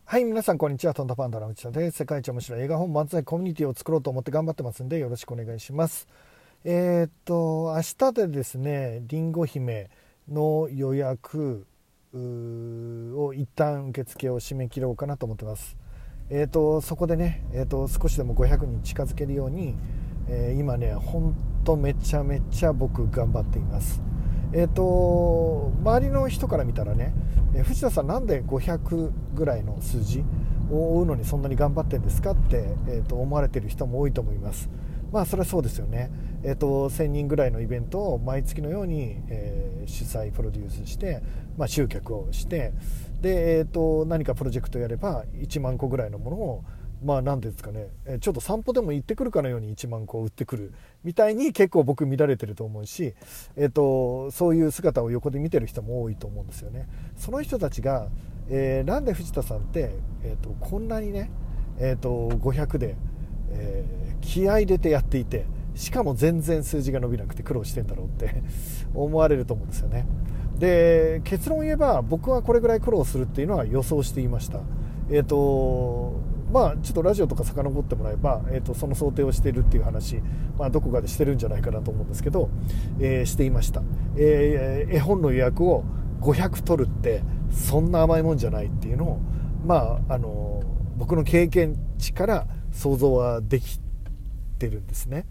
はい、皆さんこんにちは。トンタパンダの内田です。世界一面白い映画本漫才コミュニティを作ろうと思って頑張ってますんで、よろしくお願いします。明日でですね、りんご姫の予約を一旦受付を締め切ろうかなと思ってます。そこでね、少しでも500に近づけるように、今ね、ほんとめちゃめちゃ僕頑張っています。周りの人から見たらね、藤田さんなんで500ぐらいの数字を追うのにそんなに頑張ってるんですかって、思われてる人も多いと思います。まあそれはそうですよね。1000人ぐらいのイベントを毎月のように、主催プロデュースして、集客をしてで、何かプロジェクトやれば1万個ぐらいのものを何ですかね、ちょっと散歩でも行ってくるかのように1万個売ってくるみたいに結構僕見られてると思うし、そういう姿を横で見てる人も多いと思うんですよね。その人たちが、なんで藤田さんって、こんなにね、500で、気合い入れてやっていて、しかも全然数字が伸びなくて苦労してんだろうって思われると思うんですよね。で、結論を言えば僕はこれぐらい苦労するっていうのは予想していました。ちょっとラジオとか遡ってもらえば、その想定をしているっていう話、どこかでしてるんじゃないかなと思うんですけど、していました。絵本の予約を500取るってそんな甘いもんじゃないっていうのを、僕の経験値から想像はできてるんですね。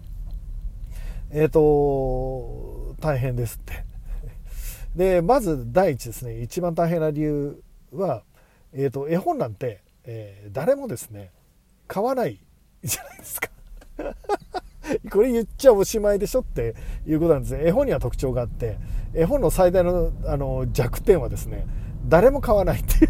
大変ですってで、まず第一ですね、一番大変な理由は、絵本なんて誰もですね買わないじゃないですかこれ言っちゃおしまいでしょっていうことなんですね。絵本には特徴があって、絵本の最大の、弱点はですね、誰も買わないっていう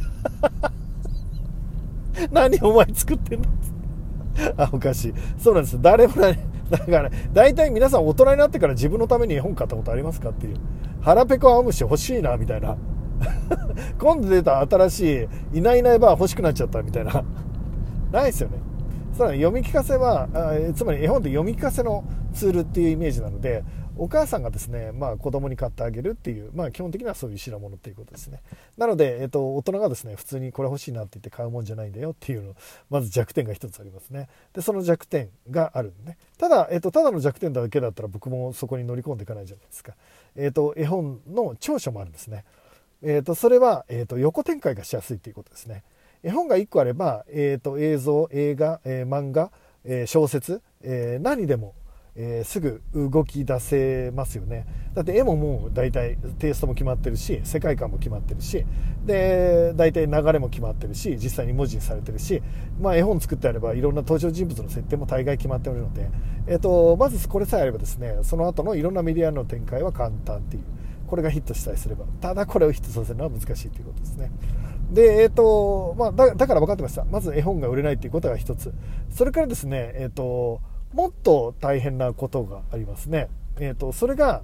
何お前作ってんのおかしい。そうなんです。誰もないだから大体皆さん大人になってから自分のために絵本買ったことありますかっていう、腹ペコ青虫欲しいなみたいな今度出た新しいいないいないばあ欲しくなっちゃったみたいなないですよね。読み聞かせはつまり絵本って読み聞かせのツールっていうイメージなので、お母さんがですね、子供に買ってあげるっていう、基本的にはそういう品物っていうことですね。なので、大人がですね普通にこれ欲しいなって言って買うもんじゃないんだよっていうの、まず弱点が一つありますね。でその弱点があるんでね。ただの弱点だけだったら僕もそこに乗り込んでいかないじゃないですか。絵本の長所もあるんですね。それは、横展開がしやすいということですね。絵本が1個あれば、映像、映画、漫画、小説、何でも、すぐ動き出せますよね。だって絵ももう大体テイストも決まってるし、世界観も決まってるし、で大体流れも決まってるし、実際に文字にされてるし、絵本作ってあればいろんな登場人物の設定も大概決まっておるので、まずこれさえあればですね、その後のいろんなメディアの展開は簡単っていう、これがヒットしたりすれば、ただこれをヒットさせるのは難しいということですね。で、だから分かってました。まず絵本が売れないっていうことが一つ。それからですね、もっと大変なことがありますね。それが、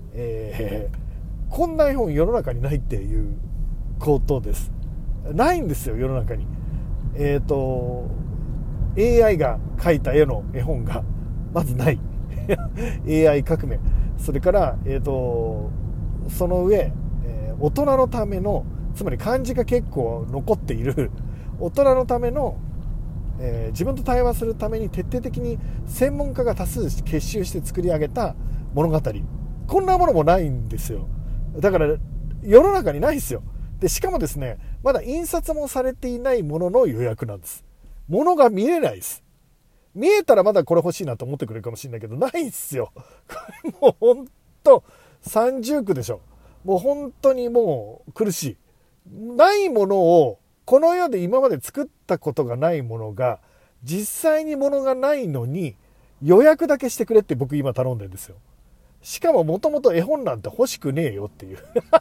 こんな絵本世の中にないっていうことです。ないんですよ、世の中に。AI が描いた絵の絵本がまずない。AI 革命。それから、その上、大人のための、つまり漢字が結構残っている大人のための、自分と対話するために徹底的に専門家が多数結集して作り上げた物語、こんなものもないんですよ。だから世の中にないですよ。でしかもですね、まだ印刷もされていないものの予約なんです。ものが見えないです。見えたらまだこれ欲しいなと思ってくれるかもしれないけど、ないですよ。これもう本当三重苦でしょ。もう本当にもう苦しい。ないものを、この世で今まで作ったことがないものが、実際にものがないのに予約だけしてくれって僕今頼んでるんですよ。しかももともと絵本なんて欲しくねえよっていう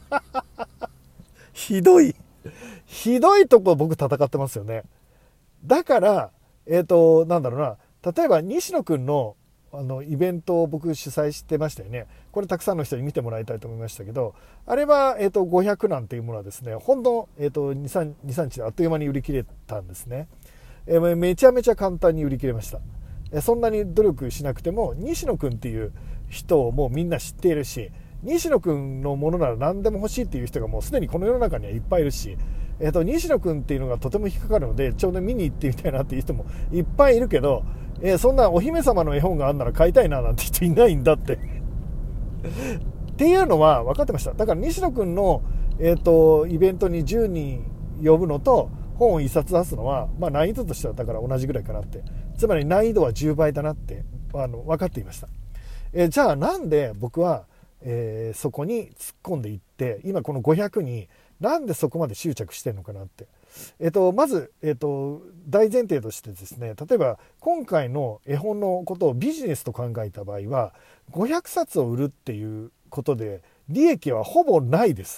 ひどいとこ僕戦ってますよね。だからなんだろうな、例えば西野くんのイベントを僕主催してましたよね。これたくさんの人に見てもらいたいと思いましたけど、あれは、500なんていうものはですね、ほんの、2、3日であっという間に売り切れたんですね。めちゃめちゃ簡単に売り切れました。そんなに努力しなくても、西野くんっていう人をもうみんな知っているし、西野くんのものなら何でも欲しいっていう人がもうすでにこの世の中にはいっぱいいるし、 西野君っていうのがとても引っかかるのでちょうど見に行ってみたいなっていう人もいっぱいいるけど、そんなお姫様の絵本があんなら買いたいななんて人いないんだってっていうのは分かってました。だから西野君の、イベントに10人呼ぶのと本を1冊出すのは、難易度としてはだから同じぐらいかなって、つまり難易度は10倍だなって分かっていました。じゃあなんで僕は、そこに突っ込んでいって今この500になんでそこまで執着してるのかなって、まず、大前提としてですね、例えば今回の絵本のことをビジネスと考えた場合は500冊を売るっていうことで利益はほぼないです。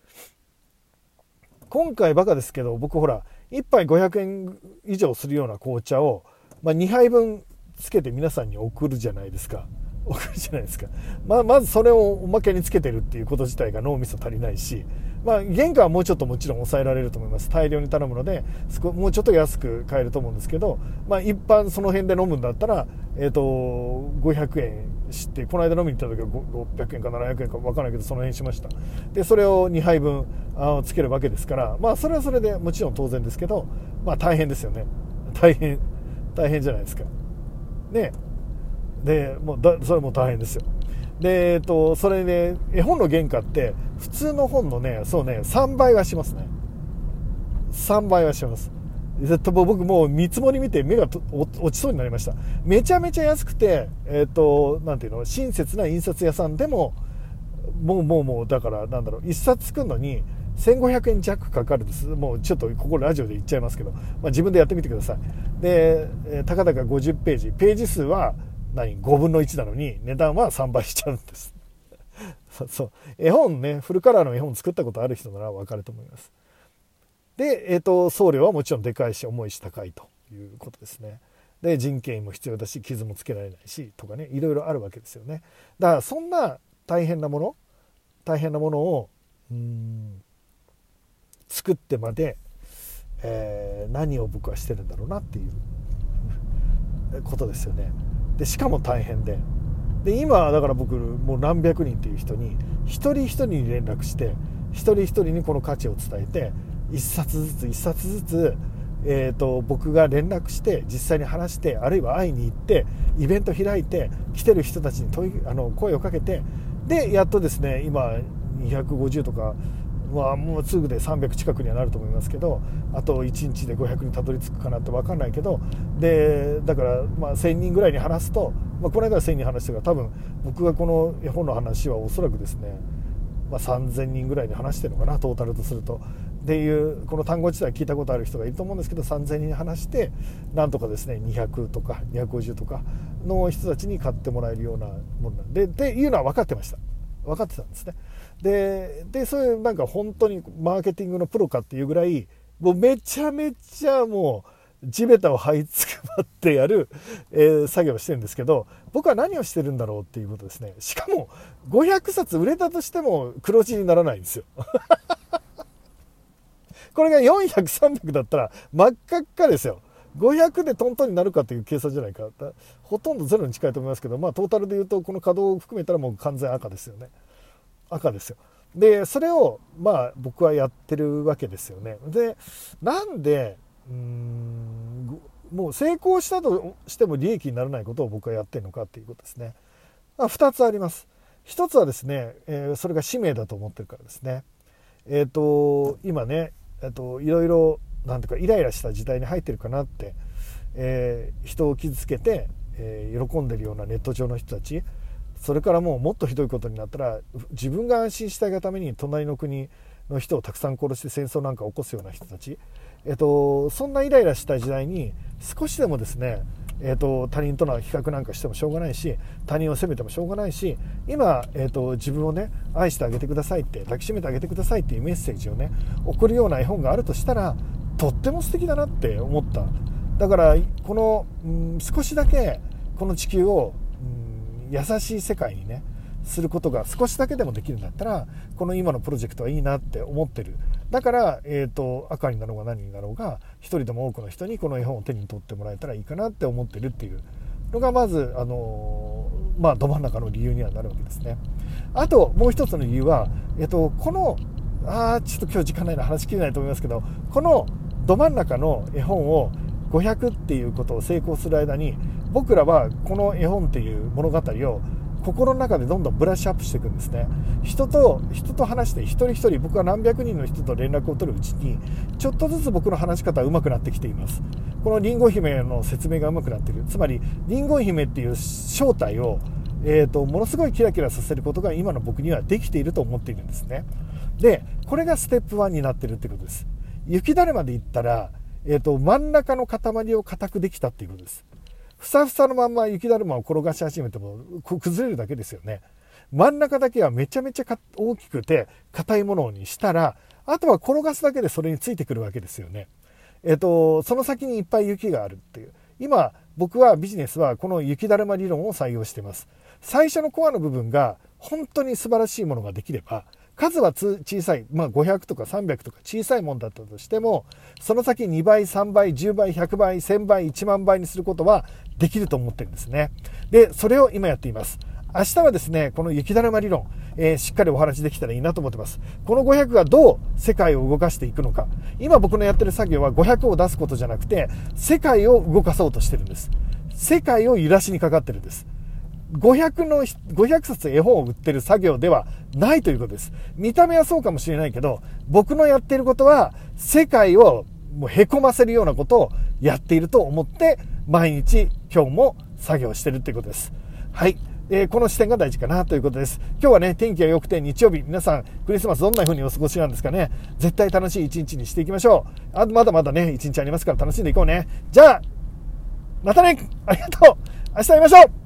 今回バカですけど僕ほら1杯500円以上するような紅茶を、2杯分つけて皆さんに送るじゃないですか。まずそれをおまけにつけてるっていうこと自体が脳みそ足りないし、原価はもうちょっともちろん抑えられると思います。大量に頼むのでもうちょっと安く買えると思うんですけど、一般その辺で飲むんだったら、500円してこの間飲みに行った時は600円か700円か分からないけどその辺しました。でそれを2杯分つけるわけですから、それはそれでもちろん当然ですけど、大変ですよね。大変じゃないですかね。でそれも大変ですよ。で、それで、絵本の原価って普通の本のね3倍はしますね。3倍はします。僕もう見積もり見て目が落ちそうになりました。めちゃめちゃ安くて、なんていうの、親切な印刷屋さんでももうだから1冊作るのに1500円弱かかるんです。もうちょっとここラジオで言っちゃいますけど、自分でやってみてください。でたかだか50ページ数は5分の1なのに値段は3倍しちゃうんですそう絵本ね、フルカラーの絵本作ったことある人なら分かると思います。で、送料はもちろんでかいし重いし高いということですね。で人件費も必要だし傷もつけられないしとかね、いろいろあるわけですよね。だからそんな大変なものを作ってまで、何を僕はしてるんだろうなっていうことですよね。でしかも大変で今だから僕もう何百人っていう人に一人一人に連絡して一人一人にこの価値を伝えて一冊ずつ、僕が連絡して実際に話してあるいは会いに行ってイベント開いて来てる人たちに声をかけて、でやっとですね今250とかもうすぐで300近くにはなると思いますけど、あと1日で500にたどり着くかなって分かんないけど、でだから1000人ぐらいに話すと、この間は1000人話したから多分僕がこの絵本の話はおそらくですね、3000人ぐらいに話してるのかなトータルとするとっていうこの単語自体聞いたことある人がいると思うんですけど、3000人に話してなんとかですね200とか250とかの人たちに買ってもらえるようなものなんでっていうのは分かってました。分かってたんですね。でそういう本当にマーケティングのプロかっていうぐらいもうめちゃめちゃもう地べたを這いつくばってやる、作業をしてるんですけど、僕は何をしてるんだろうっていうことですね。しかも500冊売れたとしても黒字にならないんですよこれが400、300だったら真っ赤っかですよ。500でトントンになるかという計算じゃないか。ほとんどゼロに近いと思いますけど、トータルで言うとこの稼働を含めたらもう完全赤ですよね。赤ですよ。でそれを僕はやってるわけですよね。でなんでもう成功したとしても利益にならないことを僕はやってるのかっていうことですね。2つあります。1つはですね、それが使命だと思ってるからですね。今ね、いろいろなんていうかイライラした時代に入ってるかなって、人を傷つけて、喜んでるようなネット上の人たち、それからもっとひどいことになったら自分が安心したいがために隣の国の人をたくさん殺して戦争なんか起こすような人たち、そんなイライラした時代に少しでもですね、他人との比較なんかしてもしょうがないし他人を責めてもしょうがないし、今、自分をね愛してあげてくださいって抱きしめてあげてくださいっていうメッセージをね送るような絵本があるとしたらとっても素敵だなって思った。だからこの、少しだけこの地球を優しい世界にねすることが少しだけでもできるんだったらこの今のプロジェクトはいいなって思ってる。だから、赤になろうが何になろうが一人でも多くの人にこの絵本を手に取ってもらえたらいいかなって思ってるっていうのがまず、ど真ん中の理由にはなるわけですね。あともう一つの理由は、このちょっと今日時間ないな、話しきれないと思いますけど、このど真ん中の絵本を500っていうことを成功する間に、僕らはこの絵本っていう物語を心の中でどんどんブラッシュアップしていくんですね。人と話して、一人一人、僕は何百人の人と連絡を取るうちに、ちょっとずつ僕の話し方は上手くなってきています。このリンゴ姫の説明が上手くなっている。つまりリンゴ姫っていう正体を、ものすごいキラキラさせることが今の僕にはできていると思っているんですね。で、これがステップ1になっているってことです。雪だるまで言ったら、真ん中の塊を固くできたっていうことです。ふさふさのまんま雪だるまを転がし始めても崩れるだけですよね。真ん中だけはめちゃめちゃ大きくて硬いものにしたら、あとは転がすだけでそれについてくるわけですよね。その先にいっぱい雪があるっていう。今僕はビジネスはこの雪だるま理論を採用しています。最初のコアの部分が本当に素晴らしいものができれば、数は小さい、500とか300とか小さいものだったとしても、その先2倍、3倍、10倍、100倍、1000倍、1万倍にすることはできると思ってるんですね。で、それを今やっています。明日はですね、この雪だるま理論、しっかりお話できたらいいなと思ってます。この500がどう世界を動かしていくのか。今僕のやってる作業は500を出すことじゃなくて、世界を動かそうとしてるんです。世界を揺らしにかかってるんです。500冊絵本を売ってる作業ではないということです。見た目はそうかもしれないけど、僕のやっていることは世界をもう凹ませるようなことをやっていると思って毎日今日も作業してるっていうことです。はい、この視点が大事かなということです。今日はね、天気が良くて日曜日、皆さんクリスマスどんな風にお過ごしなんですかね。絶対楽しい一日にしていきましょう。まだまだね、一日ありますから楽しんでいこうね。じゃあまたね、ありがとう。明日会いましょう。